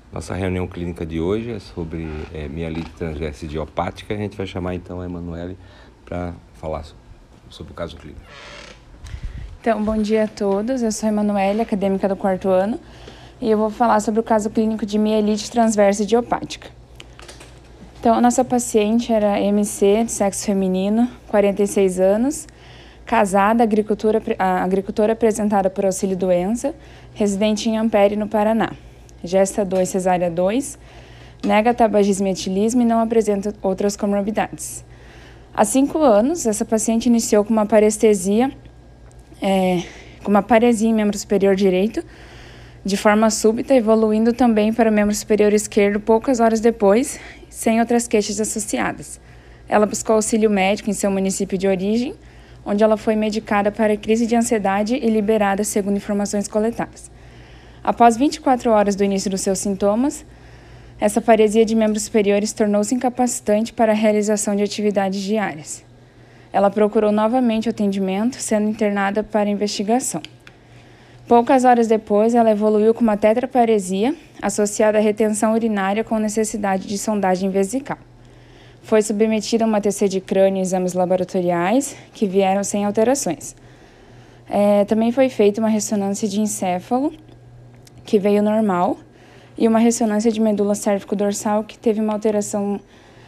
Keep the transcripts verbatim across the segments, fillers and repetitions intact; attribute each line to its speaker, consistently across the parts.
Speaker 1: Nossa reunião clínica de hoje é sobre é, mielite transversa idiopática. A gente vai chamar então a Emanuele para falar sobre o caso clínico.
Speaker 2: Então, bom dia a todos. Eu sou a Emanuele, acadêmica do quarto ano, e eu vou falar sobre o caso clínico de mielite transversa idiopática. Então, a nossa paciente era M C, de sexo feminino, quarenta e seis anos, casada, agricultora, a agricultora apresentada por auxílio-doença, residente em Ampere, no Paraná. Gesta dois, cesárea dois, nega tabagismo e etilismo e não apresenta outras comorbidades. Há cinco anos, essa paciente iniciou com uma parestesia, é, com uma paresia em membro superior direito, de forma súbita, evoluindo também para o membro superior esquerdo poucas horas depois, sem outras queixas associadas. Ela buscou auxílio médico em seu município de origem, onde ela foi medicada para crise de ansiedade e liberada segundo informações coletadas. Após vinte e quatro horas do início dos seus sintomas, essa paresia de membros superiores tornou-se incapacitante para a realização de atividades diárias. Ela procurou novamente o atendimento, sendo internada para investigação. Poucas horas depois, ela evoluiu com uma tetraparesia associada à retenção urinária com necessidade de sondagem vesical. Foi submetida a uma T C de crânio e exames laboratoriais, que vieram sem alterações. É, também foi feita uma ressonância de encéfalo, que veio normal, e uma ressonância de medula cérvico-dorsal, que teve uma alteração,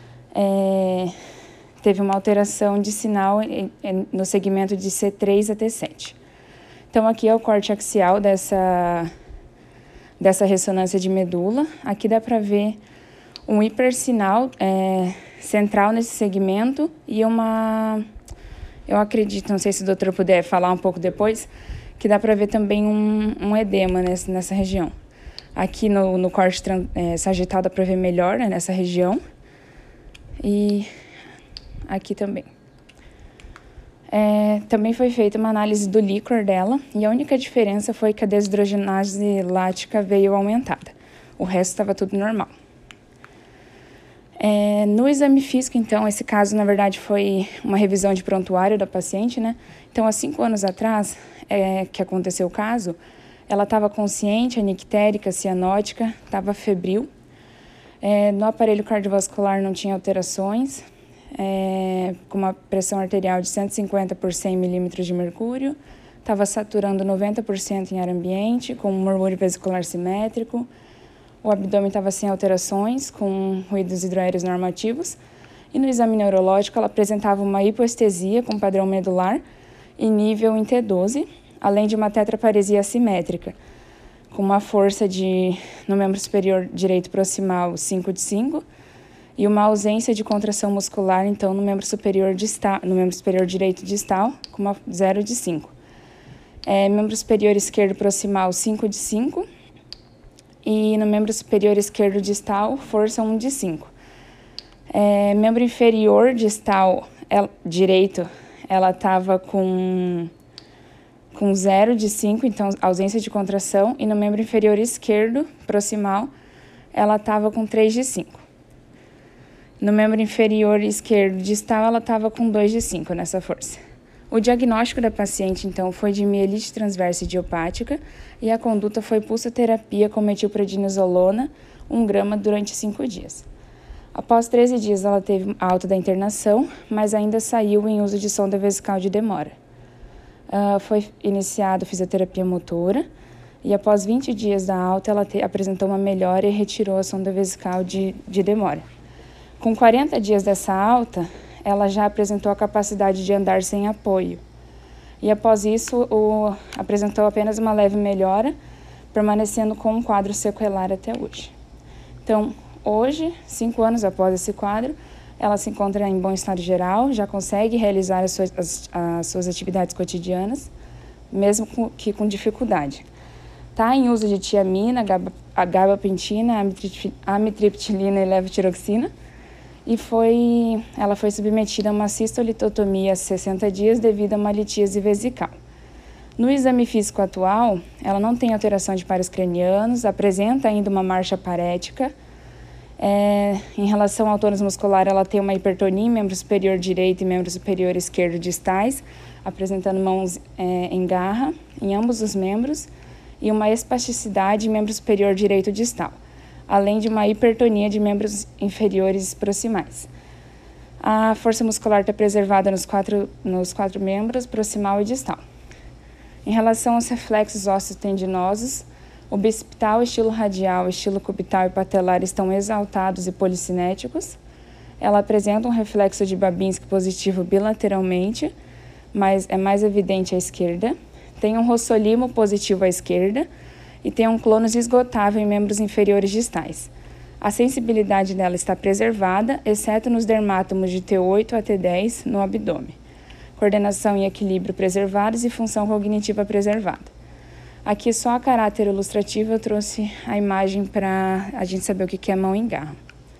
Speaker 2: é, teve uma alteração de sinal no segmento de C três a T sete. Então, aqui é o corte axial dessa, dessa ressonância de medula. Aqui dá para ver um hipersinal é, central nesse segmento e uma, eu acredito, não sei se o doutor puder falar um pouco depois, que dá para ver também um, um edema nessa, nessa região. Aqui no, no corte é, sagital dá para ver melhor, né, nessa região. E aqui também. É, também foi feita uma análise do líquor dela e a única diferença foi que a desidrogenase lática veio aumentada. O resto estava tudo normal. É, no exame físico, então, esse caso, na verdade, foi uma revisão de prontuário da paciente, né? Então, há cinco anos atrás, é, que aconteceu o caso, ela estava consciente, anictérica, cianótica, estava febril. É, no aparelho cardiovascular não tinha alterações, é, com uma pressão arterial de cento e cinquenta por cem milímetros de mercúrio, estava saturando noventa por cento em ar ambiente, com um murmúrio vesicular simétrico. O abdômen estava sem alterações, com ruídos hidroaéreos normativos. E no exame neurológico, ela apresentava uma hipoestesia com padrão medular e nível em T doze, além de uma tetraparesia assimétrica, com uma força de, no membro superior direito proximal cinco de cinco e uma ausência de contração muscular, então, no membro superior, distal, no membro superior direito distal, com uma zero de cinco. É, membro superior esquerdo proximal cinco de cinco. E no membro superior esquerdo distal, força um de cinco. É, membro inferior distal ela, direito, ela estava com, com zero de cinco, então ausência de contração. E no membro inferior esquerdo, proximal, ela estava com três de cinco. No membro inferior esquerdo distal, ela estava com dois de cinco nessa força. O diagnóstico da paciente, então, foi de mielite transversa idiopática e a conduta foi pulsoterapia com metilprednisolona, um grama durante cinco dias. Após treze dias, ela teve alta da internação, mas ainda saiu em uso de sonda vesical de demora. Uh, foi iniciada fisioterapia motora e após vinte dias da alta, ela te, apresentou uma melhora e retirou a sonda vesical de, de demora. Com quarenta dias dessa alta, ela já apresentou a capacidade de andar sem apoio. E após isso, o, apresentou apenas uma leve melhora, permanecendo com um quadro sequelar até hoje. Então, hoje, cinco anos após esse quadro, ela se encontra em bom estado geral, já consegue realizar as suas, as, as suas atividades cotidianas, mesmo com, que com dificuldade. Está em uso de tiamina, gabapentina, amitriptilina e levotiroxina, e foi, ela foi submetida a uma cistolitotomia a sessenta dias devido a uma litíase vesical. No exame físico atual, ela não tem alteração de pares cranianos, apresenta ainda uma marcha parética. É, em relação ao tônus muscular, ela tem uma hipertonia em membro superior direito e membro superior esquerdo distais, apresentando mãos é, em garra em ambos os membros e uma espasticidade em membro superior direito distal. além de uma hipertonia de membros inferiores proximais. A força muscular está preservada nos quatro, nos quatro membros, proximal e distal. Em relação aos reflexos ósseos tendinosos, o bicipital, estilo radial, estilo cubital e patelar estão exaltados e policinéticos. Ela apresenta um reflexo de Babinski positivo bilateralmente, mas é mais evidente à esquerda. Tem um rossolimo positivo à esquerda e tem um clonus esgotável em membros inferiores distais. A sensibilidade dela está preservada, exceto nos dermátomos de T oito a T dez no abdômen. Coordenação e equilíbrio preservados e função cognitiva preservada. Aqui, só a caráter ilustrativo, eu trouxe a imagem para a gente saber o que é mão em garra.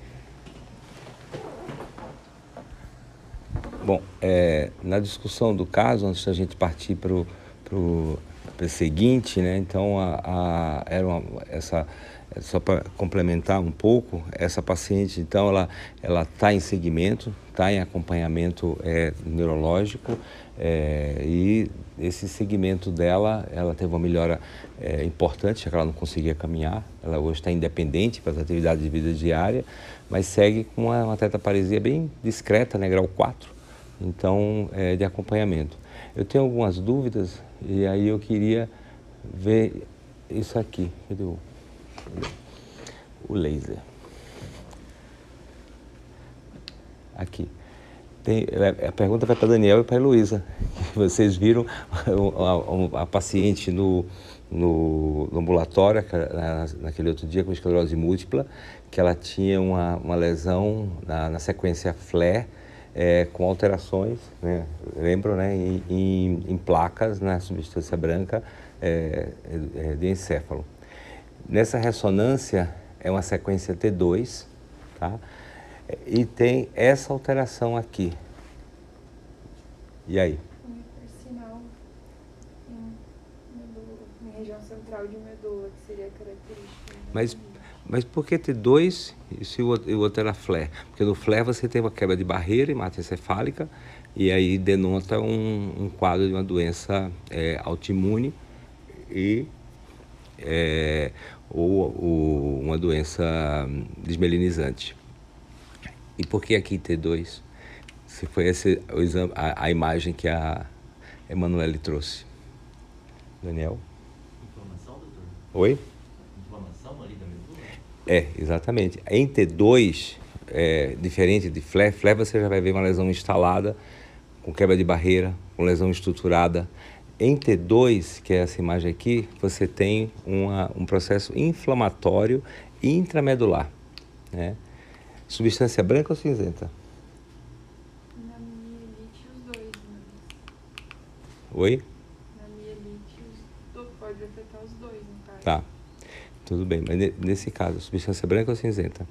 Speaker 1: Bom, é, na discussão do caso, antes da gente partir para o seguinte, né? Então, a, a, era uma, essa, só para complementar um pouco, essa paciente, então, ela ela está em segmento, está em acompanhamento é, neurológico, é, e esse segmento dela, ela teve uma melhora é, importante, já que ela não conseguia caminhar. Ela hoje está independente para as atividades de vida diária, mas segue com uma, uma tetraparesia bem discreta, né, grau quatro, então, é, de acompanhamento. Eu tenho algumas dúvidas e aí eu queria ver isso aqui. Cadê o, o laser? Aqui. Tem, a pergunta vai para a Daniel e para a Heloísa. Vocês viram a, a, a paciente no, no, no ambulatório, na, naquele outro dia, com esclerose múltipla, que ela tinha uma, uma lesão na, na sequência F L A R, É, com alterações, né? Lembram, né? Em, em, em placas na substância branca é, é, de encéfalo. Nessa ressonância é uma sequência T dois, tá? E tem essa alteração aqui. E aí?
Speaker 2: Sinal em, medula, em região central de medula, que seria a característica.
Speaker 1: Mas Mas por que T dois e se o outro era F L A R? Porque no F L A R você tem uma quebra de barreira hematoencefálica e aí denota um, um quadro de uma doença é, autoimune e é, ou, ou uma doença desmelinizante. E por que aqui T dois? Se foi esse, o exame, a, a imagem que a Emanuele trouxe. Daniel?
Speaker 3: Inflamação, doutor?
Speaker 1: Oi?
Speaker 3: Inflamação ali da medula?
Speaker 1: É, exatamente. Em T dois, é, diferente de F L A R, F L A R você já vai ver uma lesão instalada, com quebra de barreira, com lesão estruturada. Em T dois, que é essa imagem aqui, você tem uma, um processo inflamatório intramedular, né? Substância branca ou cinzenta?
Speaker 2: Na mielite, os dois, né?
Speaker 1: Oi?
Speaker 2: Na mielite, os, pode afetar os dois, no caso.
Speaker 1: Tá, tudo bem. Mas nesse caso, substância branca ou cinzenta?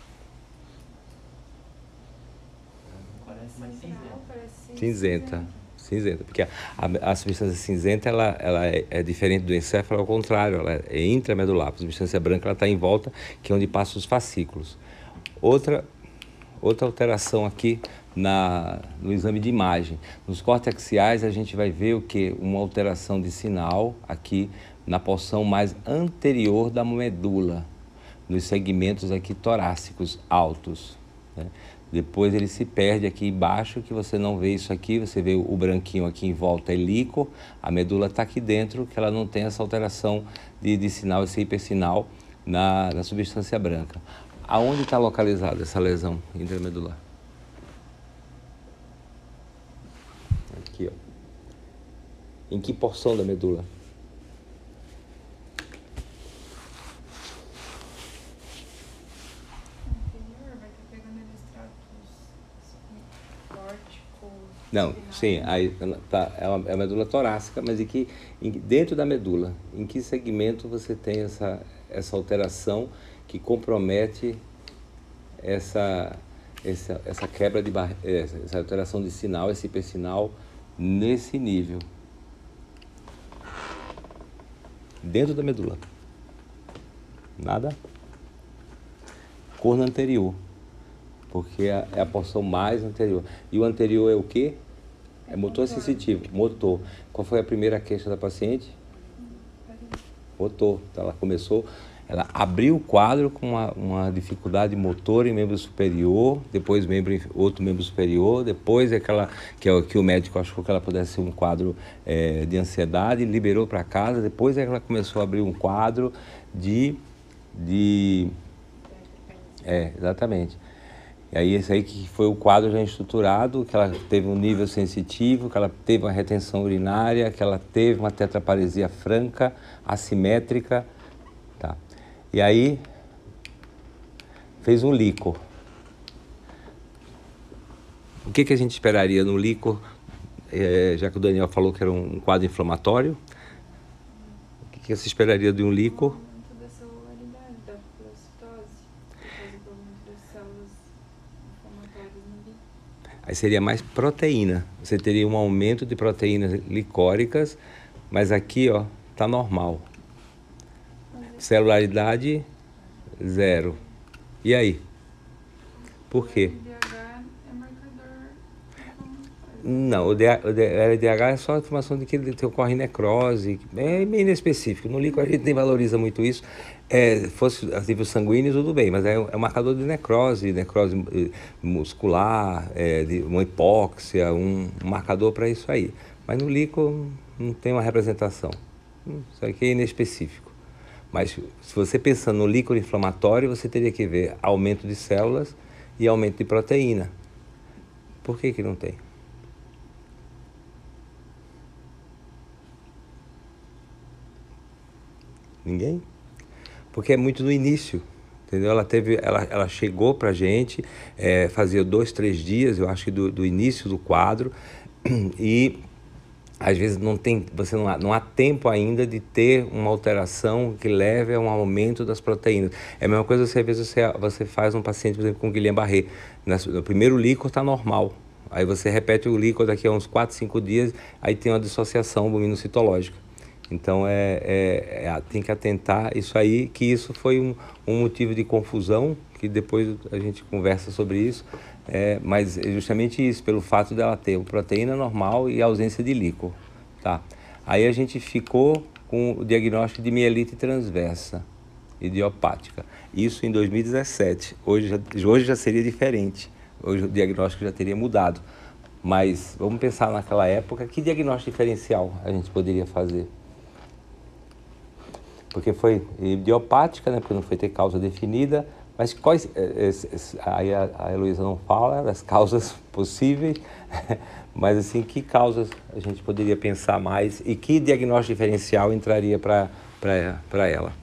Speaker 3: Parece mais cinzenta.
Speaker 2: Parece
Speaker 1: Cinzenta. Cinzenta, porque a, a, a substância cinzenta ela, ela é, é diferente do encéfalo, ao contrário, ela é intramedular. A substância branca ela está em volta, que é onde passam os fascículos. Outra, outra alteração aqui na, no exame de imagem. Nos cortes axiais a gente vai ver o que? Uma alteração de sinal aqui na porção mais anterior da medula, nos segmentos aqui torácicos altos, né? Depois ele se perde aqui embaixo, que você não vê isso aqui, você vê o branquinho aqui em volta, é líquor, a medula está aqui dentro, que ela não tem essa alteração de, de sinal, esse hipersinal na, na substância branca. Aonde está localizada essa lesão intramedular? Aqui, ó. Em que porção da medula? Não, sim, aí tá, é uma, é uma medula torácica, mas em que, em, dentro da medula, em que segmento você tem essa, essa alteração que compromete essa, essa, essa quebra de barreira, essa, essa alteração de sinal, esse hipersinal, nesse nível? Dentro da medula. Nada? Corno anterior. Porque é a porção mais anterior. E o anterior é o quê? É motor sensitivo, motor. Qual foi a primeira queixa da paciente? Motor. Então, ela começou, Ela abriu o quadro com uma, uma dificuldade motor em membro superior, depois membro, outro membro superior, depois aquela que, é, que o médico achou que ela pudesse ser um quadro é, de ansiedade, liberou para casa, depois é que ela começou a abrir um quadro de... de é, exatamente. E aí esse aí que foi o quadro já estruturado, que ela teve um nível sensitivo, que ela teve uma retenção urinária, que ela teve uma tetraparesia franca, assimétrica, tá? E aí fez um líquor. O que, que a gente esperaria no líquor, é, já que o Daniel falou que era um quadro inflamatório? O que, que você esperaria de um líquor? Aí seria mais proteína. Você teria um aumento de proteínas licóricas, mas aqui, ó, tá normal. Celularidade, zero. E aí? Por quê? Não, o L D H é só a informação de que ocorre necrose, é meio inespecífico. No líquido a gente nem valoriza muito isso. É, fosse a nível sanguíneo, tudo bem, mas é, é um marcador de necrose, necrose muscular, é, de uma hipóxia, um, um marcador para isso aí. Mas no líquido não tem uma representação. Isso aqui é inespecífico. Mas se você pensando no líquido inflamatório, você teria que ver aumento de células e aumento de proteína. Por que que não tem? Ninguém? Porque é muito no início, entendeu? Ela teve, ela, ela chegou pra gente, é, fazia dois, três dias, eu acho que do, do início do quadro, e às vezes não tem, você não há, não há tempo ainda de ter uma alteração que leve a um aumento das proteínas. É a mesma coisa, você, às vezes você, você faz um paciente, por exemplo, com Guillain-Barré, no primeiro líquor está normal, aí você repete o líquor daqui a uns quatro, cinco dias, aí tem uma dissociação buminocitológica. Então, é, é, é, tem que atentar isso aí, que isso foi um, um motivo de confusão, que depois a gente conversa sobre isso, é, mas é justamente isso, pelo fato dela ter proteína normal e ausência de líquor, tá? Aí a gente ficou com o diagnóstico de mielite transversa idiopática, isso em dois mil e dezessete, hoje já, hoje já seria diferente, hoje o diagnóstico já teria mudado, mas vamos pensar naquela época, que diagnóstico diferencial a gente poderia fazer? Porque foi idiopática, né, porque não foi ter causa definida, mas quais, aí a, a Heloísa não fala das causas possíveis, mas assim, que causas a gente poderia pensar mais e que diagnóstico diferencial entraria para ela?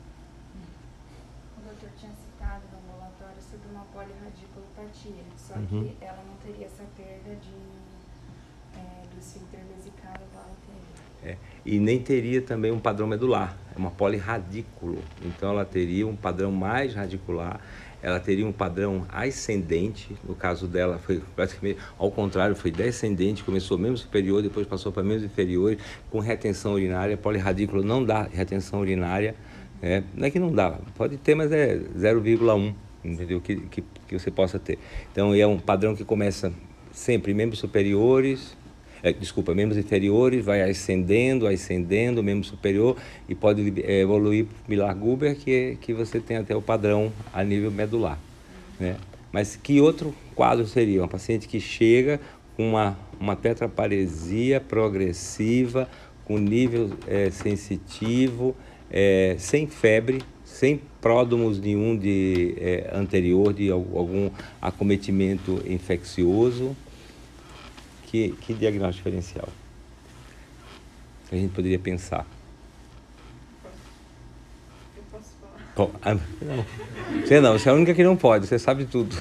Speaker 2: O doutor tinha citado no ambulatório sobre uma polirradiculopatia, só
Speaker 1: Uhum.
Speaker 2: que ela não teria essa perda de, é, do esfíncter vesical igual ela teve.
Speaker 1: É, e nem teria também um padrão medular, é uma polirradículo, então ela teria um padrão mais radicular, ela teria um padrão ascendente, no caso dela foi praticamente ao contrário, foi descendente, começou membro superior, depois passou para membros inferiores, com retenção urinária. Polirradículo não dá retenção urinária, é, não é que não dá, pode ter, mas é zero vírgula um, entendeu, que, que, que você possa ter. Então é um padrão que começa sempre em membros superiores, É, desculpa, membros inferiores, vai ascendendo, ascendendo, membro superior, e pode é, evoluir para o Miller-Gruber, que, que você tem até o padrão a nível medular, né? Mas que outro quadro seria? Uma paciente que chega com uma, uma tetraparesia progressiva, com nível é, sensitivo, é, sem febre, sem pródromos nenhum de, é, anterior de algum acometimento infeccioso. Que, que diagnóstico diferencial a gente poderia pensar?
Speaker 2: Eu posso falar?
Speaker 1: Bom, ah, não. Você não, você é a única que não pode, você sabe tudo.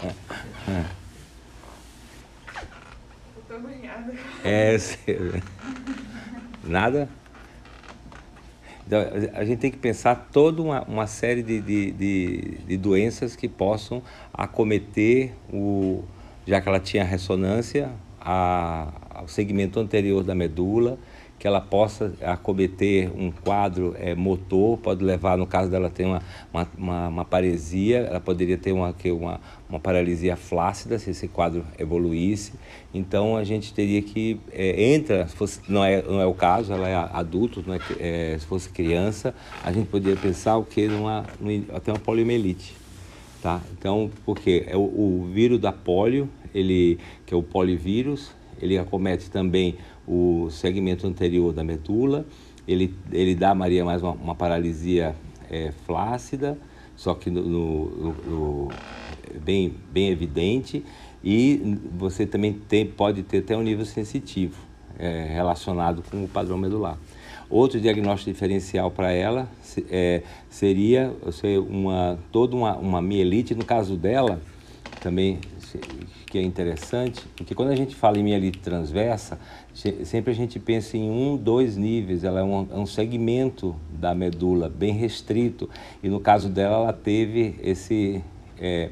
Speaker 2: Eu tô banhada.
Speaker 1: É, você... Nada? Então, a gente tem que pensar toda uma, uma série de, de, de, de doenças que possam acometer, o, já que ela tinha ressonância, A, ao segmento anterior da medula, que ela possa acometer um quadro é, motor, pode levar, no caso dela ter uma, uma, uma, uma paresia, ela poderia ter uma, uma, uma paralisia flácida se esse quadro evoluísse. Então a gente teria que, é, entra, se fosse, não, é, não é o caso, ela é adulto, não é, é, se fosse criança, a gente poderia pensar o que numa, numa, até uma poliomielite. Tá? Então, porque é o, o vírus da polio, ele, que é o polivírus, ele acomete também o segmento anterior da medula, ele, ele dá a Maria mais uma, uma paralisia é, flácida, só que no, no, no, bem, bem evidente, e você também tem, pode ter até um nível sensitivo é, relacionado com o padrão medular. Outro diagnóstico diferencial para ela é, seria uma, toda uma, uma mielite, no caso dela, também que é interessante, porque quando a gente fala em mielite transversa, sempre a gente pensa em um, dois níveis, ela é um, é um segmento da medula bem restrito, e no caso dela ela teve esse, é,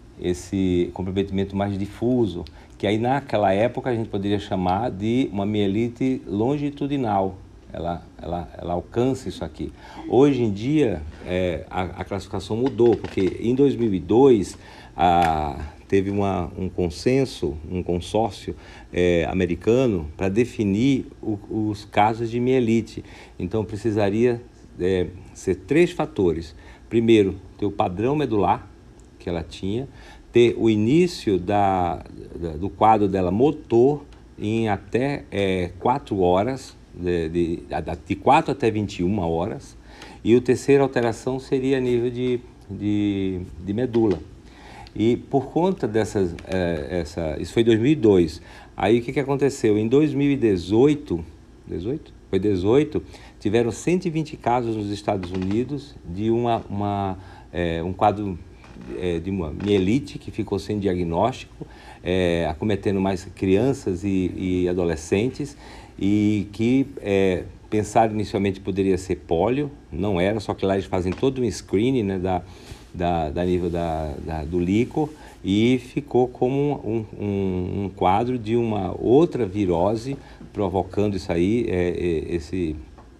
Speaker 1: esse comprometimento mais difuso, que aí naquela época a gente poderia chamar de uma mielite longitudinal. Ela, ela, ela alcança isso aqui. Hoje em dia, é, a, a classificação mudou, porque em dois mil e dois a, teve uma, um consenso, um consórcio é, americano para definir o, os casos de mielite. Então, precisaria é, ser três fatores. Primeiro, ter o padrão medular que ela tinha, ter o início da, da, do quadro dela motor em até é, quatro horas, De, de, de quatro até vinte e uma horas, e a terceira alteração seria a nível de, de, de medula. E por conta dessas, é, essa, isso foi em dois mil e dois, aí o que, que aconteceu? Em dois mil e dezoito, dezoito? Foi dezoito, tiveram cento e vinte casos nos Estados Unidos de uma, uma, é, um quadro é, de uma mielite que ficou sem diagnóstico, é, acometendo mais crianças e, e adolescentes, e que é, pensaram inicialmente poderia ser pólio, não era, só que lá eles fazem todo um screening, né, da, da, da nível da, da, do líquor, e ficou como um, um, um quadro de uma outra virose provocando isso aí, é, é, esse,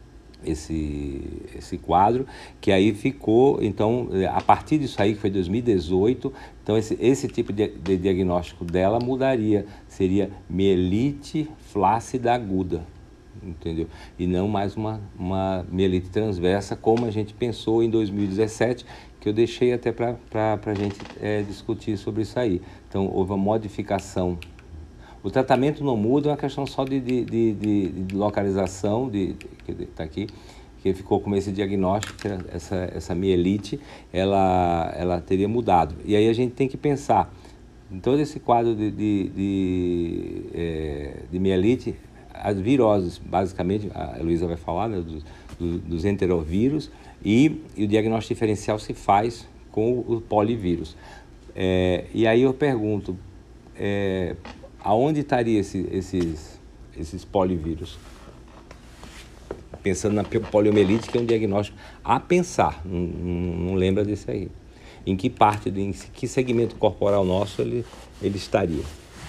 Speaker 1: esse, esse quadro, que aí ficou, então, a partir disso aí, que foi dois mil e dezoito, então esse, esse tipo de, de diagnóstico dela mudaria, seria mielite flácida aguda, entendeu? E não mais uma, uma mielite transversa, como a gente pensou em dois mil e dezessete, que eu deixei até para a gente é, discutir sobre isso aí. Então, houve uma modificação. O tratamento não muda, é uma questão só de, de, de, de, de localização, de, que está aqui, que ficou com esse diagnóstico, que essa, essa mielite, ela, ela teria mudado. E aí a gente tem que pensar, em todo esse quadro de, de, de, é, de mielite, as viroses, basicamente, a Luísa vai falar, né, dos, do, dos enterovírus, e, e o diagnóstico diferencial se faz com o polivírus. É, e aí eu pergunto, é, aonde estaria esse, esses, esses polivírus? Pensando na poliomielite, que é um diagnóstico a pensar, não, não, não lembra desse aí. Em que parte, em que segmento corporal nosso ele, ele estaria?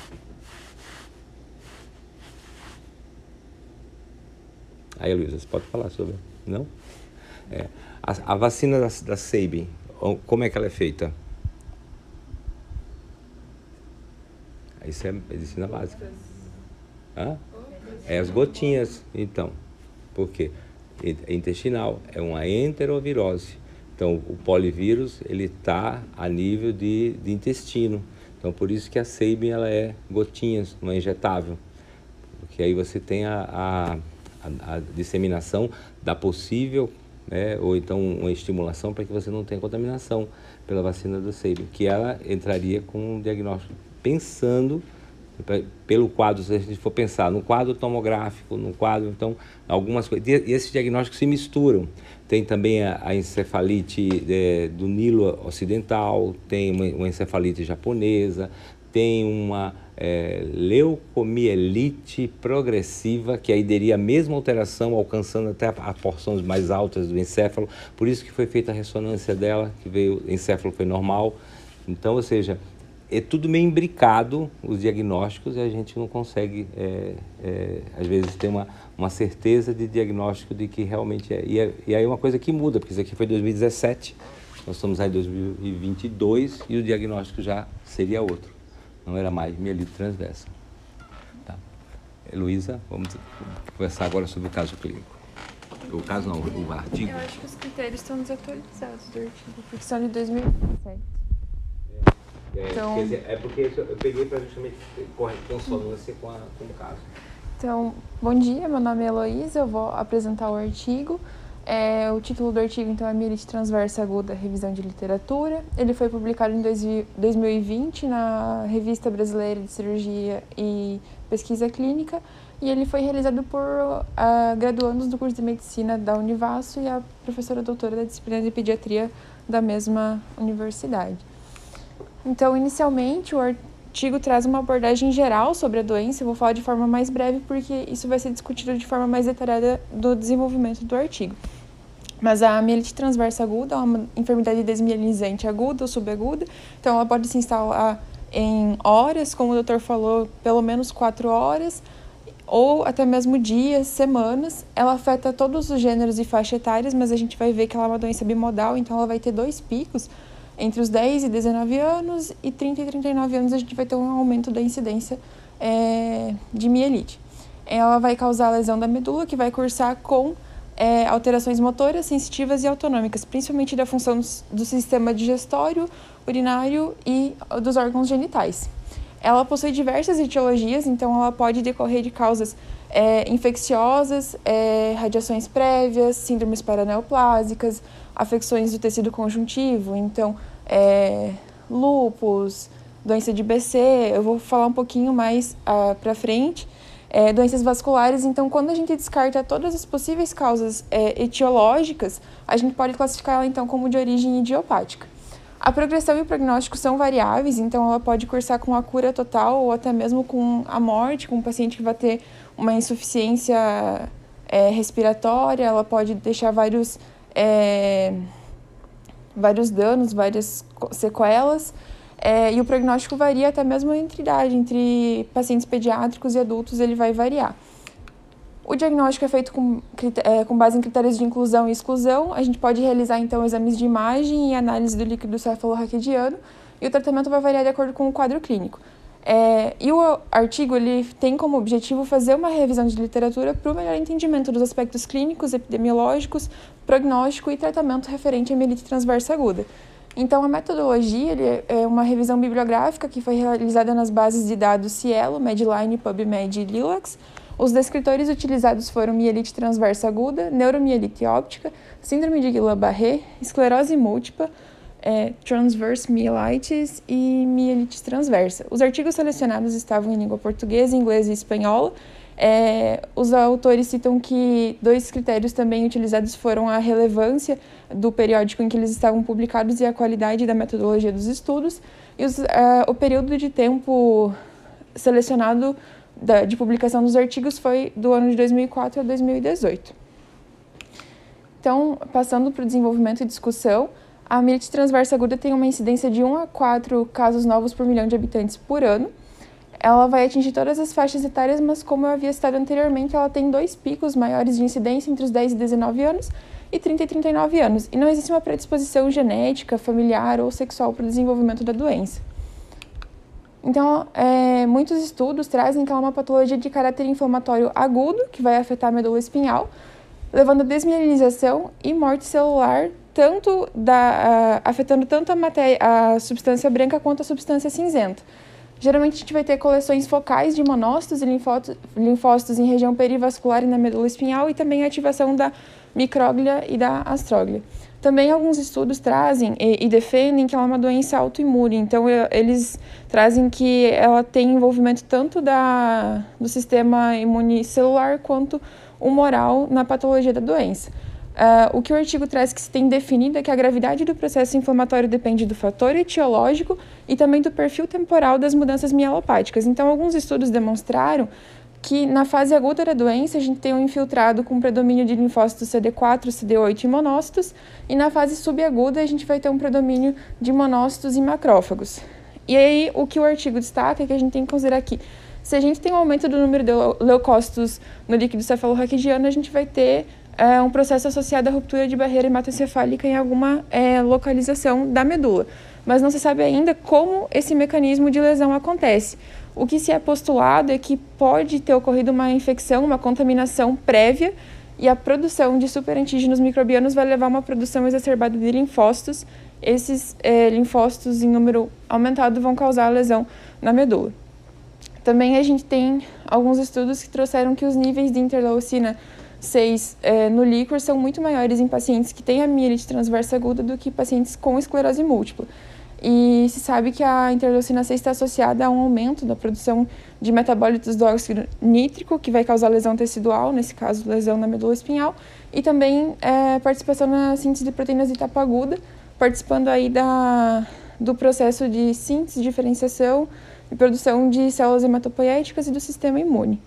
Speaker 1: Aí, Luísa, você pode falar sobre? Não? É, a, a vacina da, da Sabin, como é que ela é feita? Isso é medicina básica. Hã? É as gotinhas, então. Por quê? É intestinal, é uma enterovirose. Então, o polivírus, ele está a nível de, de intestino. Então, por isso que a Sabin, ela é gotinhas, não é injetável. Porque aí você tem a, a, a, a disseminação da possível, né, ou então uma estimulação para que você não tenha contaminação pela vacina da Sabin, que ela entraria com um diagnóstico pensando pelo quadro, se a gente for pensar no quadro tomográfico, no quadro, então, algumas coisas, e esses diagnósticos se misturam. Tem também a, a encefalite é, do Nilo Ocidental, tem uma, uma encefalite japonesa, tem uma é, leucomielite progressiva, que aí teria a mesma alteração, alcançando até as porções mais altas do encéfalo, por isso que foi feita a ressonância dela, que veio, o encéfalo foi normal. Então, ou seja, é tudo meio imbricado, os diagnósticos, e a gente não consegue, é, é, às vezes, ter uma, uma certeza de diagnóstico de que realmente é. E, é. e aí uma coisa que muda, porque isso aqui foi dois mil e dezessete, nós estamos aí em dois mil e vinte e dois e o diagnóstico já seria outro. Não era mais mielite transversa. Tá. Heloísa, vamos conversar agora sobre o caso clínico. O caso não, o artigo.
Speaker 4: Eu acho que os critérios estão desatualizados do artigo, porque são de dois mil e dezessete.
Speaker 1: É,
Speaker 4: Então-
Speaker 1: quer dizer, é porque eu peguei para justamente correr consonância com, a, com o caso.
Speaker 4: Então, bom dia, meu nome é Heloísa, eu vou apresentar o artigo. É, o título do artigo, então, é Mielite Transversa Aguda, Revisão de Literatura. Ele foi publicado em dois mil e vinte na Revista Brasileira de Cirurgia e Pesquisa Clínica, e ele foi realizado por uh, graduandos do curso de Medicina da Univasso e a professora doutora da disciplina de Pediatria da mesma universidade. Então, inicialmente, o artigo traz uma abordagem geral sobre a doença. Eu vou falar de forma mais breve, porque isso vai ser discutido de forma mais detalhada do desenvolvimento do artigo. Mas a mielite transversa aguda é uma enfermidade desmielinizante aguda ou subaguda, então ela pode se instalar em horas, como o doutor falou, pelo menos quatro horas, ou até mesmo dias, semanas. Ela afeta todos os gêneros e faixas etárias, mas a gente vai ver que ela é uma doença bimodal, então ela vai ter dois picos. Entre os dez e dezenove anos e trinta e trinta e nove anos a gente vai ter um aumento da incidência é, de mielite. Ela vai causar lesão da medula, que vai cursar com é, alterações motoras, sensitivas e autonômicas, principalmente da função do sistema digestório, urinário e dos órgãos genitais. Ela possui diversas etiologias, então ela pode decorrer de causas é, infecciosas, é, radiações prévias, síndromes paraneoplásicas, afecções do tecido conjuntivo, então é, lúpus, doença de B C, eu vou falar um pouquinho mais uh, para frente, é, doenças vasculares. Então, quando a gente descarta todas as possíveis causas é, etiológicas, a gente pode classificar ela então como de origem idiopática. A progressão e o prognóstico são variáveis, então ela pode cursar com a cura total ou até mesmo com a morte, com um paciente que vai ter uma insuficiência é, respiratória, ela pode deixar vários É, vários danos, várias sequelas, é, e o prognóstico varia até mesmo entre idade, entre pacientes pediátricos e adultos ele vai variar. O diagnóstico é feito com, é, com base em critérios de inclusão e exclusão. A gente pode realizar então exames de imagem e análise do líquido cefalorraquidiano, e o tratamento vai variar de acordo com o quadro clínico. É, e o artigo ele tem como objetivo fazer uma revisão de literatura para o melhor entendimento dos aspectos clínicos, epidemiológicos, prognóstico e tratamento referente à mielite transversa aguda. Então, a metodologia ele é uma revisão bibliográfica que foi realizada nas bases de dados Cielo, Medline, PubMed e Lilacs. Os descritores utilizados foram mielite transversa aguda, neuromielite óptica, síndrome de Guillain-Barré, esclerose múltipla, É, transverse myelitis e mielite transversa. Os artigos selecionados estavam em língua portuguesa, inglesa e espanhola. É, os autores citam que dois critérios também utilizados foram a relevância do periódico em que eles estavam publicados e a qualidade da metodologia dos estudos. E os, uh, o período de tempo selecionado da, de publicação dos artigos foi do ano de dois mil e quatro a dois mil e dezoito. Então, passando para o desenvolvimento e discussão, a mielite transversa aguda tem uma incidência de um a quatro casos novos por milhão de habitantes por ano. Ela vai atingir todas as faixas etárias, mas como eu havia citado anteriormente, ela tem dois picos maiores de incidência entre os dez e dezenove anos e trinta e trinta e nove anos. E não existe uma predisposição genética, familiar ou sexual para o desenvolvimento da doença. Então, é, muitos estudos trazem que ela é uma patologia de caráter inflamatório agudo, que vai afetar a medula espinhal, levando a desmielinização e morte celular, tanto da, uh, afetando tanto a, matéria, a substância branca quanto a substância cinzenta. Geralmente a gente vai ter coleções focais de monócitos e linfócitos, linfócitos em região perivascular e na medula espinhal, e também a ativação da micróglia e da astróglia. Também alguns estudos trazem e, e defendem que ela é uma doença autoimune, então eles trazem que ela tem envolvimento tanto da, do sistema imunicelular quanto humoral na patologia da doença. Uh, o que o artigo traz que se tem definido é que a gravidade do processo inflamatório depende do fator etiológico e também do perfil temporal das mudanças mielopáticas. Então, alguns estudos demonstraram que na fase aguda da doença a gente tem um infiltrado com predomínio de linfócitos C D quatro, C D oito e monócitos, e na fase subaguda a gente vai ter um predomínio de monócitos e macrófagos. E aí, o que o artigo destaca é que a gente tem que considerar que, se a gente tem um aumento do número de leucócitos no líquido cefalorraquidiano, a gente vai ter é, um processo associado à ruptura de barreira hematoencefálica em alguma é, localização da medula. Mas não se sabe ainda como esse mecanismo de lesão acontece. O que se é postulado é que pode ter ocorrido uma infecção, uma contaminação prévia, e a produção de superantígenos microbianos vai levar a uma produção exacerbada de linfócitos. Esses é, linfócitos em número aumentado vão causar a lesão na medula. Também a gente tem alguns estudos que trouxeram que os níveis de interleucina seis eh, no líquor são muito maiores em pacientes que têm a mielite transversa aguda do que pacientes com esclerose múltipla. E se sabe que a interleucina seis está associada a um aumento da produção de metabólitos do óxido nítrico, que vai causar lesão tecidual, nesse caso lesão na medula espinhal, e também eh, participação na síntese de proteínas de etapa aguda, participando aí da, do processo de síntese, diferenciação e produção de células hematopoéticas e do sistema imune.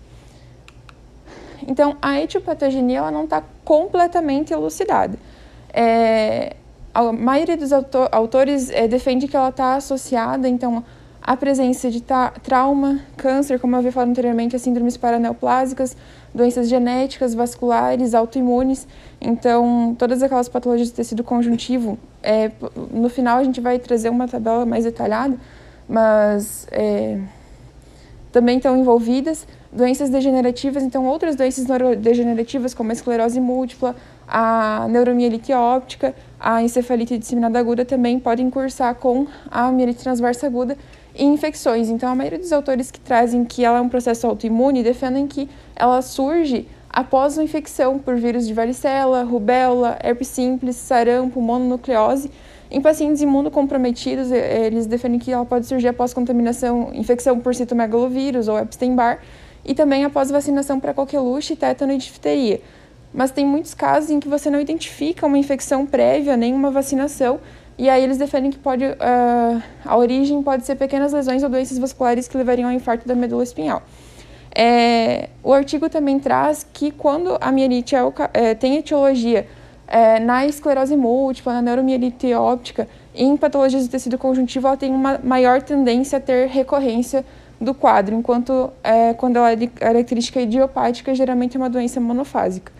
Speaker 4: Então, a etiopatogenia ela não está completamente elucidada. É, a maioria dos autor, autores é, defende que ela está associada, então, à presença de ta, trauma, câncer, como eu havia falado anteriormente, as síndromes paraneoplásicas, doenças genéticas, vasculares, autoimunes. Então, todas aquelas patologias do tecido conjuntivo, é, no final a gente vai trazer uma tabela mais detalhada, mas é, também estão envolvidas doenças degenerativas, então outras doenças neurodegenerativas como a esclerose múltipla, a neuromielite óptica, a encefalite disseminada aguda também podem cursar com a mielite transversa aguda e infecções. Então a maioria dos autores que trazem que ela é um processo autoimune defendem que ela surge após uma infecção por vírus de varicela, rubéola, herpes simples, sarampo, mononucleose. Em pacientes imunocomprometidos, eles defendem que ela pode surgir após contaminação, infecção por citomegalovírus ou Epstein-Barr, e também após vacinação para coqueluche, tétano e difteria. Mas tem muitos casos em que você não identifica uma infecção prévia, nem uma vacinação, e aí eles defendem que pode, uh, a origem pode ser pequenas lesões ou doenças vasculares que levariam ao infarto da medula espinhal. É, o artigo também traz que quando a mielite é, é, tem etiologia é, na esclerose múltipla, na neuromielite óptica, em patologias do tecido conjuntivo, ela tem uma maior tendência a ter recorrência do quadro, enquanto é, quando ela é de característica idiopática, geralmente é uma doença monofásica.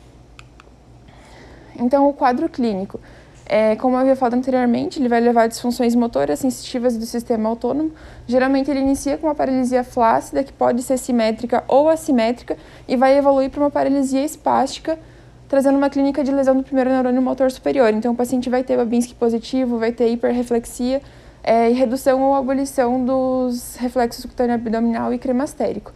Speaker 4: Então, o quadro clínico, é, como eu havia falado anteriormente, ele vai levar a disfunções motoras sensitivas do sistema autônomo. Geralmente, ele inicia com uma paralisia flácida, que pode ser simétrica ou assimétrica, e vai evoluir para uma paralisia espástica, trazendo uma clínica de lesão do primeiro neurônio motor superior. Então, o paciente vai ter Babinski positivo, vai ter hiperreflexia, é, e redução ou abolição dos reflexos cutâneo abdominal e cremastérico.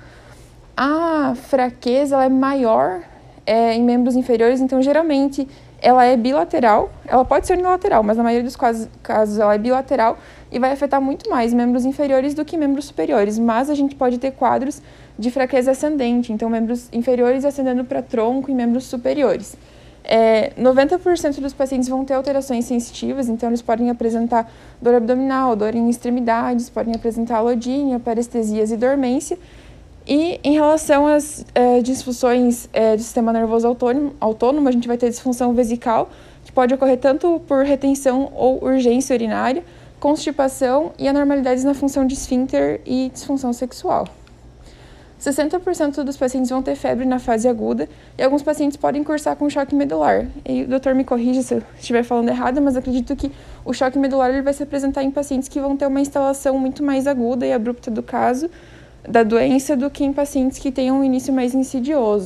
Speaker 4: A fraqueza ela é maior é, em membros inferiores, então, geralmente, ela é bilateral, ela pode ser unilateral, mas na maioria dos casos, casos ela é bilateral e vai afetar muito mais membros inferiores do que membros superiores, mas a gente pode ter quadros de fraqueza ascendente, então membros inferiores ascendendo para tronco e membros superiores. É, noventa por cento dos pacientes vão ter alterações sensitivas, então eles podem apresentar dor abdominal, dor em extremidades, podem apresentar alodínia, parestesias e dormência. E em relação às é, disfunções é, do sistema nervoso autônomo, autônomo, a gente vai ter disfunção vesical, que pode ocorrer tanto por retenção ou urgência urinária, constipação e anormalidades na função de esfíncter e disfunção sexual. sessenta por cento dos pacientes vão ter febre na fase aguda e alguns pacientes podem cursar com choque medular. E o doutor me corrija se eu estiver falando errado, mas acredito que o choque medular ele vai se apresentar em pacientes que vão ter uma instalação muito mais aguda e abrupta do caso, da doença, do que em pacientes que tenham um início mais insidioso.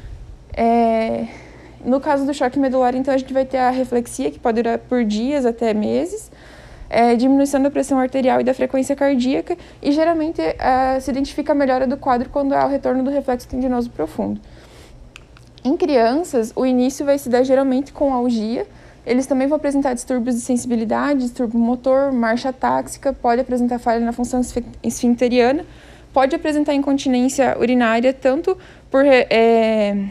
Speaker 4: É... No caso do choque medular, então, a gente vai ter a reflexia, que pode durar por dias até meses, é, diminuição da pressão arterial e da frequência cardíaca, e geralmente é, se identifica a melhora do quadro quando há o retorno do reflexo tendinoso profundo. Em crianças, o início vai se dar geralmente com algia. Eles também vão apresentar distúrbios de sensibilidade, distúrbio motor, marcha táxica, pode apresentar falha na função esfincteriana, pode apresentar incontinência urinária tanto por é,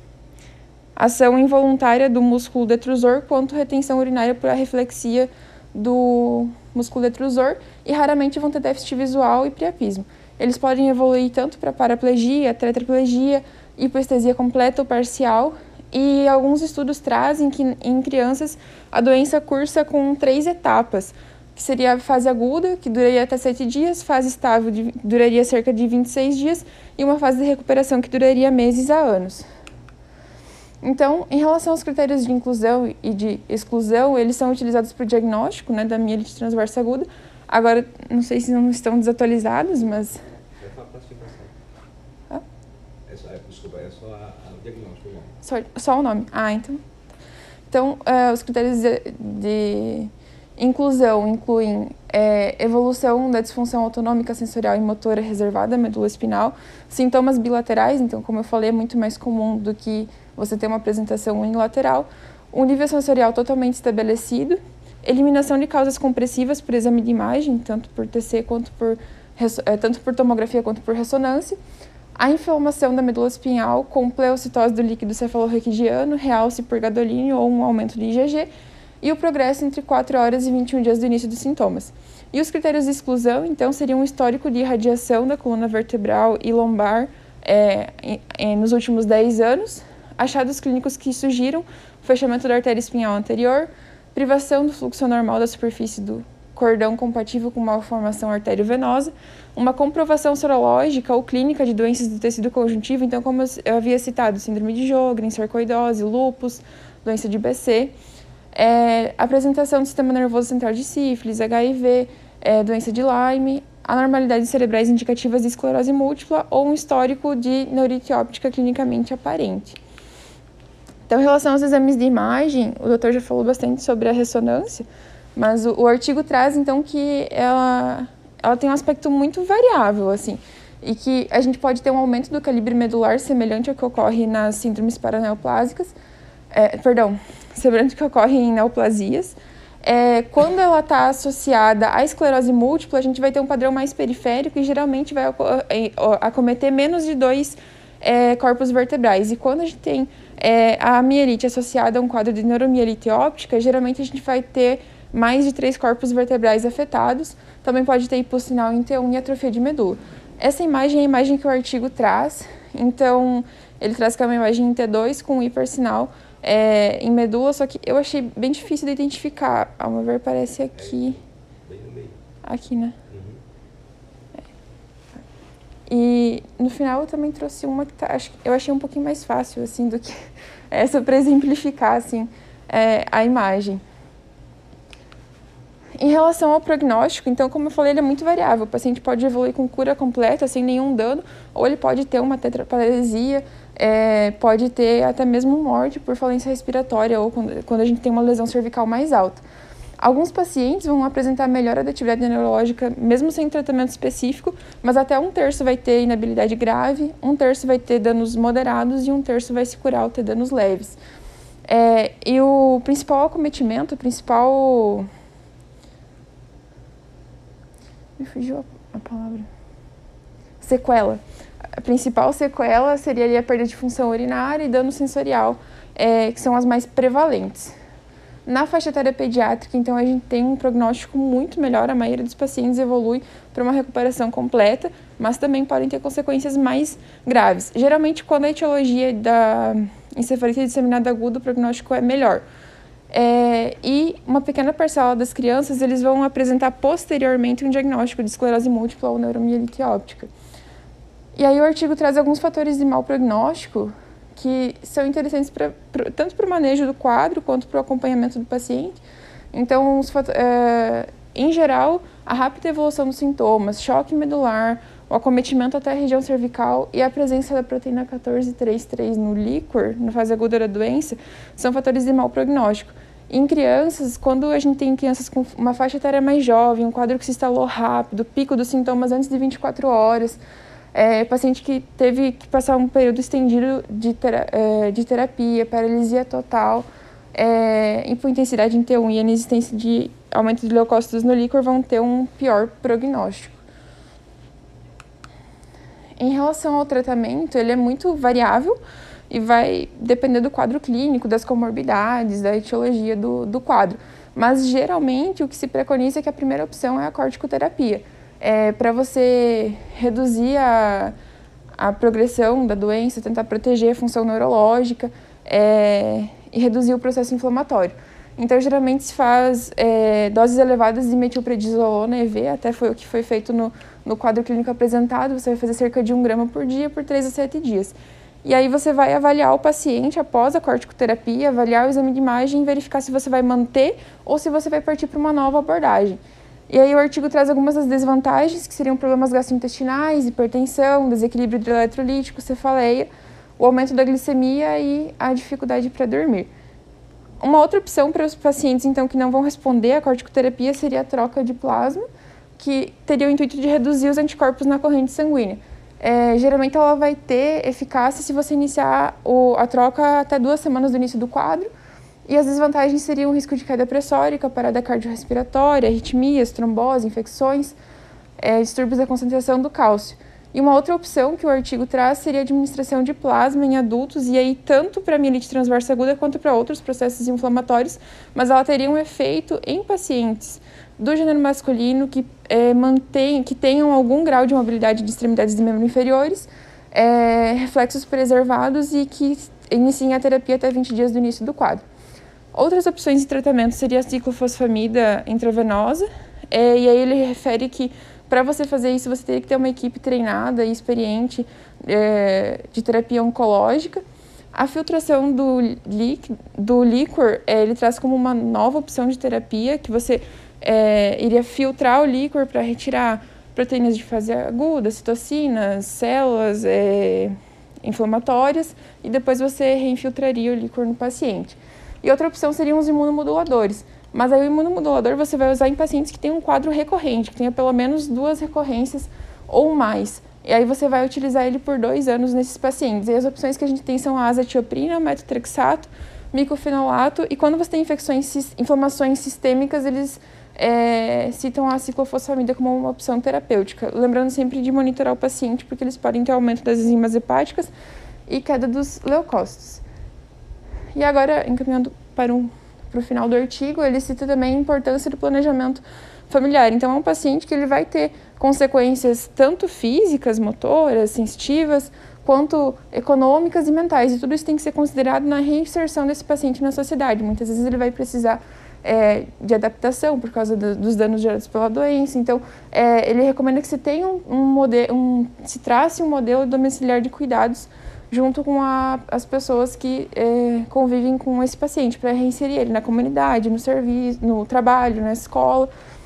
Speaker 4: ação involuntária do músculo detrusor quanto retenção urinária por reflexia do músculo detrusor, e raramente vão ter déficit visual e priapismo. Eles podem evoluir tanto para paraplegia, tetraplegia, hipoestesia completa ou parcial, e alguns estudos trazem que em crianças a doença cursa com três etapas, que seria a fase aguda, que duraria até sete dias, fase estável, de, duraria cerca de vinte e seis dias, e uma fase de recuperação que duraria meses a anos. Então, em relação aos critérios de inclusão e de exclusão, eles são utilizados para o diagnóstico, né, da mielite transversa aguda. Agora, não sei se não estão desatualizados, mas...
Speaker 1: É só a classificação.
Speaker 4: Ah?
Speaker 1: É só, é, desculpa, é só a, a, o diagnóstico. O nome.
Speaker 4: Só, só o nome. Ah, então... Então, uh, os critérios de, de inclusão incluem é, evolução da disfunção autonômica sensorial e motora reservada à medula espinal, sintomas bilaterais, então, como eu falei, é muito mais comum do que você ter uma apresentação unilateral, um nível sensorial totalmente estabelecido, eliminação de causas compressivas por exame de imagem, tanto por T C quanto por, tanto por tomografia quanto por ressonância, a inflamação da medula espinhal com pleocitose do líquido cefalorraquidiano, realce por gadolínio ou um aumento de I G G, e o progresso entre quatro horas e vinte e um dias do início dos sintomas. E os critérios de exclusão, então, seriam um histórico de irradiação da coluna vertebral e lombar é, é, nos últimos dez anos, achados clínicos que sugiram o fechamento da artéria espinhal anterior, privação do fluxo normal da superfície do cordão compatível com malformação arteriovenosa, uma comprovação sorológica ou clínica de doenças do tecido conjuntivo, então, como eu havia citado, síndrome de Sjögren, sarcoidose, lúpus, doença de B C, é, apresentação do sistema nervoso central de sífilis, H I V, é, doença de Lyme, anormalidades cerebrais indicativas de esclerose múltipla ou um histórico de neurite óptica clinicamente aparente. Então, em relação aos exames de imagem, o doutor já falou bastante sobre a ressonância, mas o, o artigo traz, então, que ela, ela tem um aspecto muito variável, assim, e que a gente pode ter um aumento do calibre medular semelhante ao que ocorre nas síndromes paraneoplásicas, é, perdão, semelhante ao que ocorre em neoplasias. É, quando ela está associada à esclerose múltipla, a gente vai ter um padrão mais periférico e geralmente vai acometer menos de dois é, corpos vertebrais. E quando a gente tem é, a mielite associada a um quadro de neuromielite óptica, geralmente a gente vai ter mais de três corpos vertebrais afetados. Também pode ter hipossinal em T um e atrofia de medula. Essa imagem é a imagem que o artigo traz. Então, ele traz que é uma imagem em T dois com hipersinal é, em medula, só que eu achei bem difícil de identificar. Ao meu ver, parece aqui.
Speaker 1: Bem no meio.
Speaker 4: Aqui, né?
Speaker 1: Uhum.
Speaker 4: É. E no final eu também trouxe uma que tá, acho, eu achei um pouquinho mais fácil, assim, do que essa para exemplificar, assim, é, a imagem. Em relação ao prognóstico, então, como eu falei, ele é muito variável. O paciente pode evoluir com cura completa, sem nenhum dano, ou ele pode ter uma tetraparesia, é, pode ter até mesmo morte por falência respiratória, ou quando, quando a gente tem uma lesão cervical mais alta. Alguns pacientes vão apresentar melhora da atividade neurológica, mesmo sem tratamento específico, mas até um terço vai ter inabilidade grave, um terço vai ter danos moderados e um terço vai se curar ou ter danos leves. É, e o principal acometimento, o principal... Me fugiu a palavra. Sequela. A principal sequela seria ali a perda de função urinária e dano sensorial, é, que são as mais prevalentes. Na faixa etária pediátrica, então, a gente tem um prognóstico muito melhor. A maioria dos pacientes evolui para uma recuperação completa, mas também podem ter consequências mais graves. Geralmente, quando a etiologia da encefalite disseminada aguda, o prognóstico é melhor. É, e uma pequena parcela das crianças, eles vão apresentar posteriormente um diagnóstico de esclerose múltipla ou neuromielite óptica. E aí o artigo traz alguns fatores de mau prognóstico que são interessantes pra, pra, tanto para o manejo do quadro quanto para o acompanhamento do paciente. Então, os, é, em geral, a rápida evolução dos sintomas, choque medular, o acometimento até a região cervical e a presença da proteína quatorze três três no líquor, na fase aguda da doença, são fatores de mau prognóstico. Em crianças, quando a gente tem crianças com uma faixa etária mais jovem, um quadro que se instalou rápido, pico dos sintomas antes de vinte e quatro horas, é, paciente que teve que passar um período estendido de, tera, é, de terapia, paralisia total, é, hipointensidade em T um e a inexistência de aumento de leucócitos no líquor vão ter um pior prognóstico. Em relação ao tratamento, ele é muito variável e vai depender do quadro clínico, das comorbidades, da etiologia do, do quadro. Mas, geralmente, o que se preconiza é que a primeira opção é a corticoterapia. É, para você reduzir a, a progressão da doença, tentar proteger a função neurológica é, e reduzir o processo inflamatório. Então, geralmente se faz é, doses elevadas de metilprednisolona E V, até foi o que foi feito no, no quadro clínico apresentado, você vai fazer cerca de um grama por dia por três a sete dias. E aí você vai avaliar o paciente após a corticoterapia, avaliar o exame de imagem e verificar se você vai manter ou se você vai partir para uma nova abordagem. E aí o artigo traz algumas das desvantagens, que seriam problemas gastrointestinais, hipertensão, desequilíbrio hidroeletrolítico, cefaleia, o aumento da glicemia e a dificuldade para dormir. Uma outra opção para os pacientes, então, que não vão responder à corticoterapia seria a troca de plasma, que teria o intuito de reduzir os anticorpos na corrente sanguínea. É, geralmente ela vai ter eficácia se você iniciar o, a troca até duas semanas do início do quadro, e as desvantagens seriam o risco de queda pressórica, parada cardiorrespiratória, arritmias, trombose, infecções, é, distúrbios da concentração do cálcio. E uma outra opção que o artigo traz seria a administração de plasma em adultos, e aí tanto para mielite transversa aguda quanto para outros processos inflamatórios, mas ela teria um efeito em pacientes do gênero masculino que, é, mantém, que tenham algum grau de mobilidade de extremidades de membros inferiores, é, reflexos preservados e que iniciem a terapia até vinte dias do início do quadro. Outras opções de tratamento seria a ciclofosfamida intravenosa, é, e aí ele refere que para você fazer isso você teria que ter uma equipe treinada e experiente é, de terapia oncológica. A filtração do, líqu, do líquor, é, ele traz como uma nova opção de terapia, que você é, iria filtrar o líquor para retirar proteínas de fase aguda, citocinas, células é, inflamatórias, e depois você reinfiltraria o líquor no paciente. E outra opção seriam os imunomoduladores. Mas aí o imunomodulador você vai usar em pacientes que têm um quadro recorrente, que tenha pelo menos duas recorrências ou mais. E aí você vai utilizar ele por dois anos nesses pacientes. E as opções que a gente tem são a azatioprina, metotrexato, micofenolato, e quando você tem infecções, inflamações sistêmicas, eles é, citam a ciclofosfamida como uma opção terapêutica. Lembrando sempre de monitorar o paciente, porque eles podem ter aumento das enzimas hepáticas e queda dos leucócitos. E agora, encaminhando para um para o final do artigo, ele cita também a importância do planejamento familiar. Então, é um paciente que ele vai ter consequências tanto físicas, motoras, sensitivas, quanto econômicas e mentais. E tudo isso tem que ser considerado na reinserção desse paciente na sociedade. Muitas vezes ele vai precisar é, de adaptação por causa do, dos danos gerados pela doença. Então, é, ele recomenda que se tenha um, um modelo, um, se trace um modelo domiciliar de cuidados junto com a, as pessoas que é, convivem com esse paciente, para reinserir ele na comunidade, no serviço, no trabalho, na escola.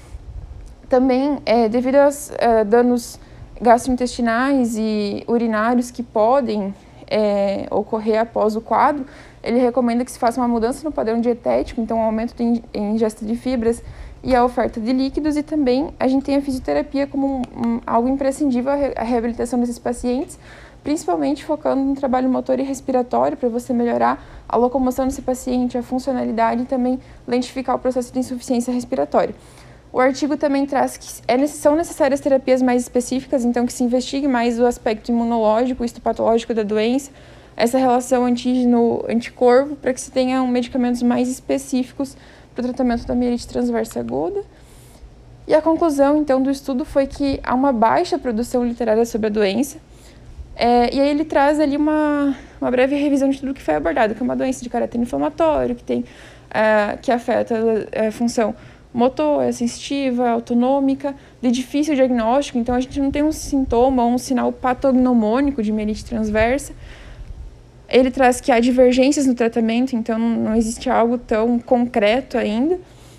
Speaker 4: Também, é, devido aos é, danos gastrointestinais e urinários que podem é, ocorrer após o quadro, ele recomenda que se faça uma mudança no padrão dietético, então um aumento de ingesta de fibras e a oferta de líquidos, e também a gente tem a fisioterapia como um, um, algo imprescindível à, re à reabilitação desses pacientes, principalmente focando no trabalho motor e respiratório, para você melhorar a locomoção desse paciente, a funcionalidade e também lentificar o processo de insuficiência respiratória. O artigo também traz que é, são necessárias terapias mais específicas, então que se investigue mais o aspecto imunológico, o histopatológico da doença, essa relação antígeno-anticorpo, para que se tenham medicamentos mais específicos para o tratamento da mielite transversa aguda. E a conclusão, então, do estudo foi que há uma baixa produção literária sobre a doença. É, e aí ele traz ali uma, uma breve revisão de tudo que foi abordado, que é uma doença de caráter inflamatório, que, tem, é, que afeta a função motor, sensitiva, autonômica, de difícil diagnóstico, então a gente não tem um sintoma ou um sinal patognomônico de mielite transversa. Ele traz que há divergências no tratamento, então não existe algo tão concreto ainda.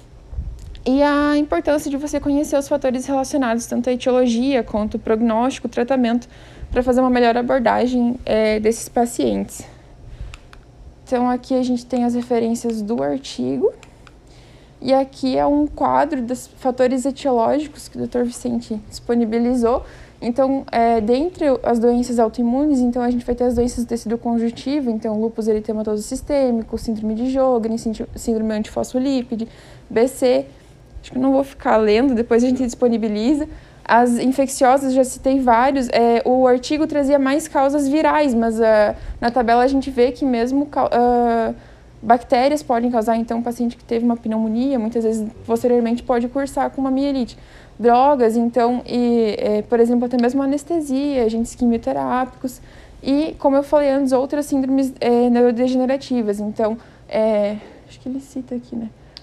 Speaker 4: E a importância de você conhecer os fatores relacionados, tanto à etiologia quanto o prognóstico, o tratamento, para fazer uma melhor abordagem é, desses pacientes. Então, aqui a gente tem as referências do artigo, e aqui é um quadro dos fatores etiológicos que o doutor Vicente disponibilizou. Então, é, dentre as doenças autoimunes, então a gente vai ter as doenças do tecido conjuntivo, então lúpus eritematoso sistêmico, síndrome de Sjögren, síndrome antifosfolípide, B C. Acho que não vou ficar lendo, depois a gente disponibiliza. As infecciosas, já citei vários, é, o artigo trazia mais causas virais, mas uh, na tabela a gente vê que mesmo uh, bactérias podem causar, então, um paciente que teve uma pneumonia, muitas vezes, posteriormente, pode cursar com uma mielite. Drogas, então, e, é, por exemplo, até mesmo anestesia, agentes quimioterápicos e, como eu falei antes, outras síndromes é, neurodegenerativas. Então, é, acho que ele cita aqui, né?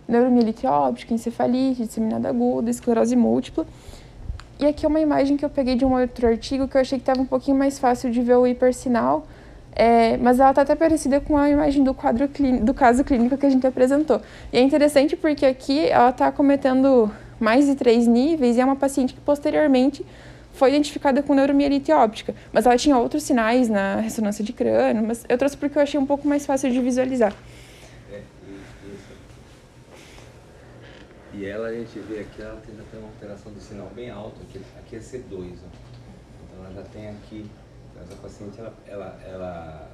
Speaker 4: neuromielite óptica, encefalite, disseminada aguda, esclerose múltipla. E aqui é uma imagem que eu peguei de um outro artigo que eu achei que estava um pouquinho mais fácil de ver o hipersinal, é, mas ela está até parecida com a imagem do quadro clínico, do caso clínico que a gente apresentou. E é interessante porque aqui ela está cometendo mais de três níveis e é uma paciente que posteriormente foi identificada com neuromielite óptica, mas ela tinha outros sinais na ressonância de crânio, mas eu trouxe porque eu achei um pouco mais fácil de visualizar.
Speaker 1: É, e, isso. E ela, a gente vê aqui, ela tem, tem uma alteração do sinal bem alto, aqui, aqui é C dois, ó. Então ela já tem aqui, essa paciente, ela, ela, ela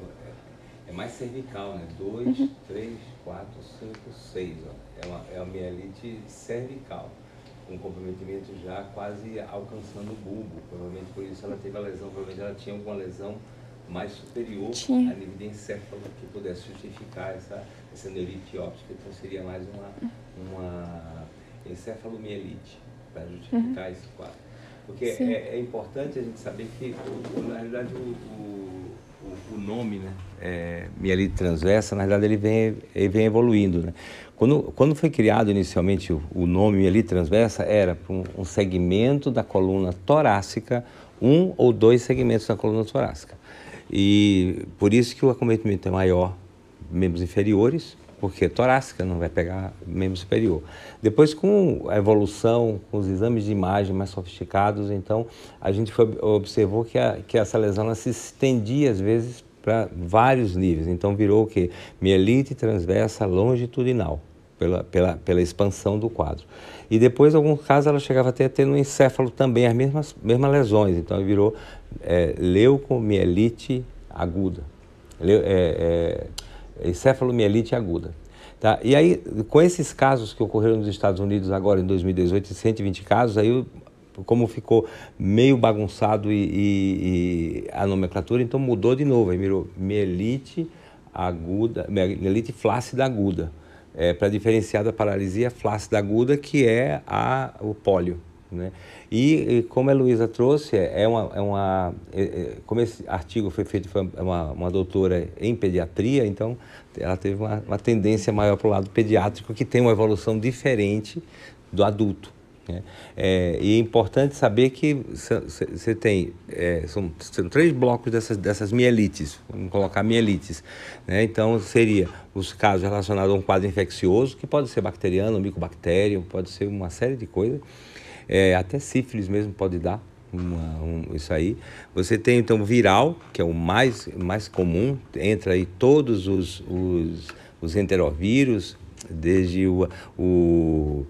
Speaker 1: é mais cervical, né? dois, três, quatro, cinco, seis, ó. É uma, é uma mielite cervical, com comprometimento já quase alcançando o bulbo. Provavelmente por isso ela teve a lesão, provavelmente ela tinha alguma lesão mais superior
Speaker 4: Tinha.
Speaker 1: a nível de encéfalo que pudesse justificar essa, essa neurite óptica. Então seria mais uma, uma encefalomielite para justificar uhum. esse quadro. Porque é, é importante a gente saber que, na realidade, o, o, o, o nome, né, é, mielite transversa, na realidade ele vem, ele vem evoluindo, né? Quando, quando foi criado inicialmente o, o nome mielite transversa, era para um, um segmento da coluna torácica, um ou dois segmentos da coluna torácica. E por isso que o acometimento é maior, membros inferiores, porque torácica não vai pegar membro superior. Depois, com a evolução, com os exames de imagem mais sofisticados, então a gente foi, observou que, a, que essa lesão ela se estendia às vezes para vários níveis. Então virou o quê? Mielite transversa longitudinal, pela, pela, pela expansão do quadro. E depois, em alguns casos, ela chegava até a ter no encéfalo também as mesmas, mesmas lesões. Então virou é, leucomielite aguda, Leu, é, é, encefalomielite aguda. Tá? E aí, com esses casos que ocorreram nos Estados Unidos agora, em dois mil e dezoito, cento e vinte casos, aí como ficou meio bagunçado e, e, e a nomenclatura, então mudou de novo, aí virou mielite aguda, mielite flácida aguda, é, para diferenciar da paralisia flácida aguda, que é a, o pólio. Né? E, e como a Heloísa trouxe, é uma, é uma é, é, como esse artigo foi feito por uma, uma doutora em pediatria, então ela teve uma, uma tendência maior para o lado pediátrico, que tem uma evolução diferente do adulto. Né? É, e é importante saber que você tem, é, são, são três blocos dessas, dessas mielites, vamos colocar mielites, né? Então seria os casos relacionados a um quadro infeccioso, que pode ser bacteriano, micobactério, pode ser uma série de coisas, é, até sífilis mesmo pode dar uma, um, isso aí. Você tem então viral, que é o mais, mais comum, entra aí todos os, os, os enterovírus, desde o, o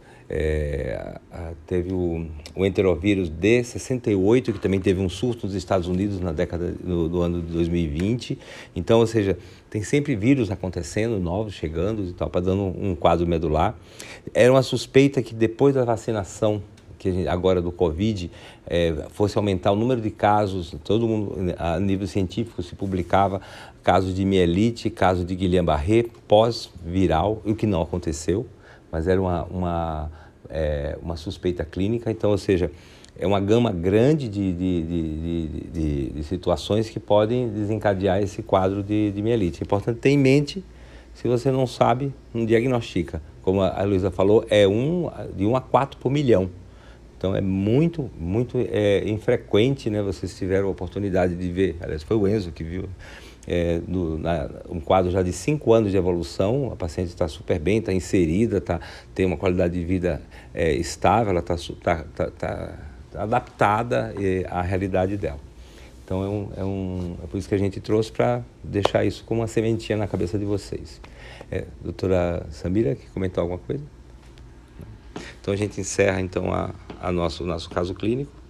Speaker 1: É, teve o, o enterovírus D sessenta e oito, que também teve um surto nos Estados Unidos na década do, do ano de dois mil e vinte. Então, ou seja, tem sempre vírus acontecendo, novos chegando e tal, para dando um, um quadro medular. Era uma suspeita que depois da vacinação, que a gente, agora do Covid, é, fosse aumentar o número de casos, todo mundo, a nível científico, se publicava casos de mielite, casos de Guillain-Barré pós-viral, o que não aconteceu. Mas era uma, uma, é, uma suspeita clínica, então, ou seja, é uma gama grande de, de, de, de, de situações que podem desencadear esse quadro de, de mielite. É importante ter em mente, se você não sabe, não diagnostica. Como a Luísa falou, é um, de um a quatro por milhão. Então é muito, muito é, infrequente, né? Vocês tiveram a oportunidade de ver, aliás, foi o Enzo que viu, É, no, na, um quadro já de cinco anos de evolução, a paciente está super bem, está inserida, tá, tem uma qualidade de vida é, estável, ela está tá, tá, tá, tá adaptada é, à realidade dela. Então é, um, é, um, é por isso que a gente trouxe para deixar isso como uma sementinha na cabeça de vocês. É, doutora Samira, quer comentar alguma coisa? Então a gente encerra então a, a nosso, o nosso caso clínico.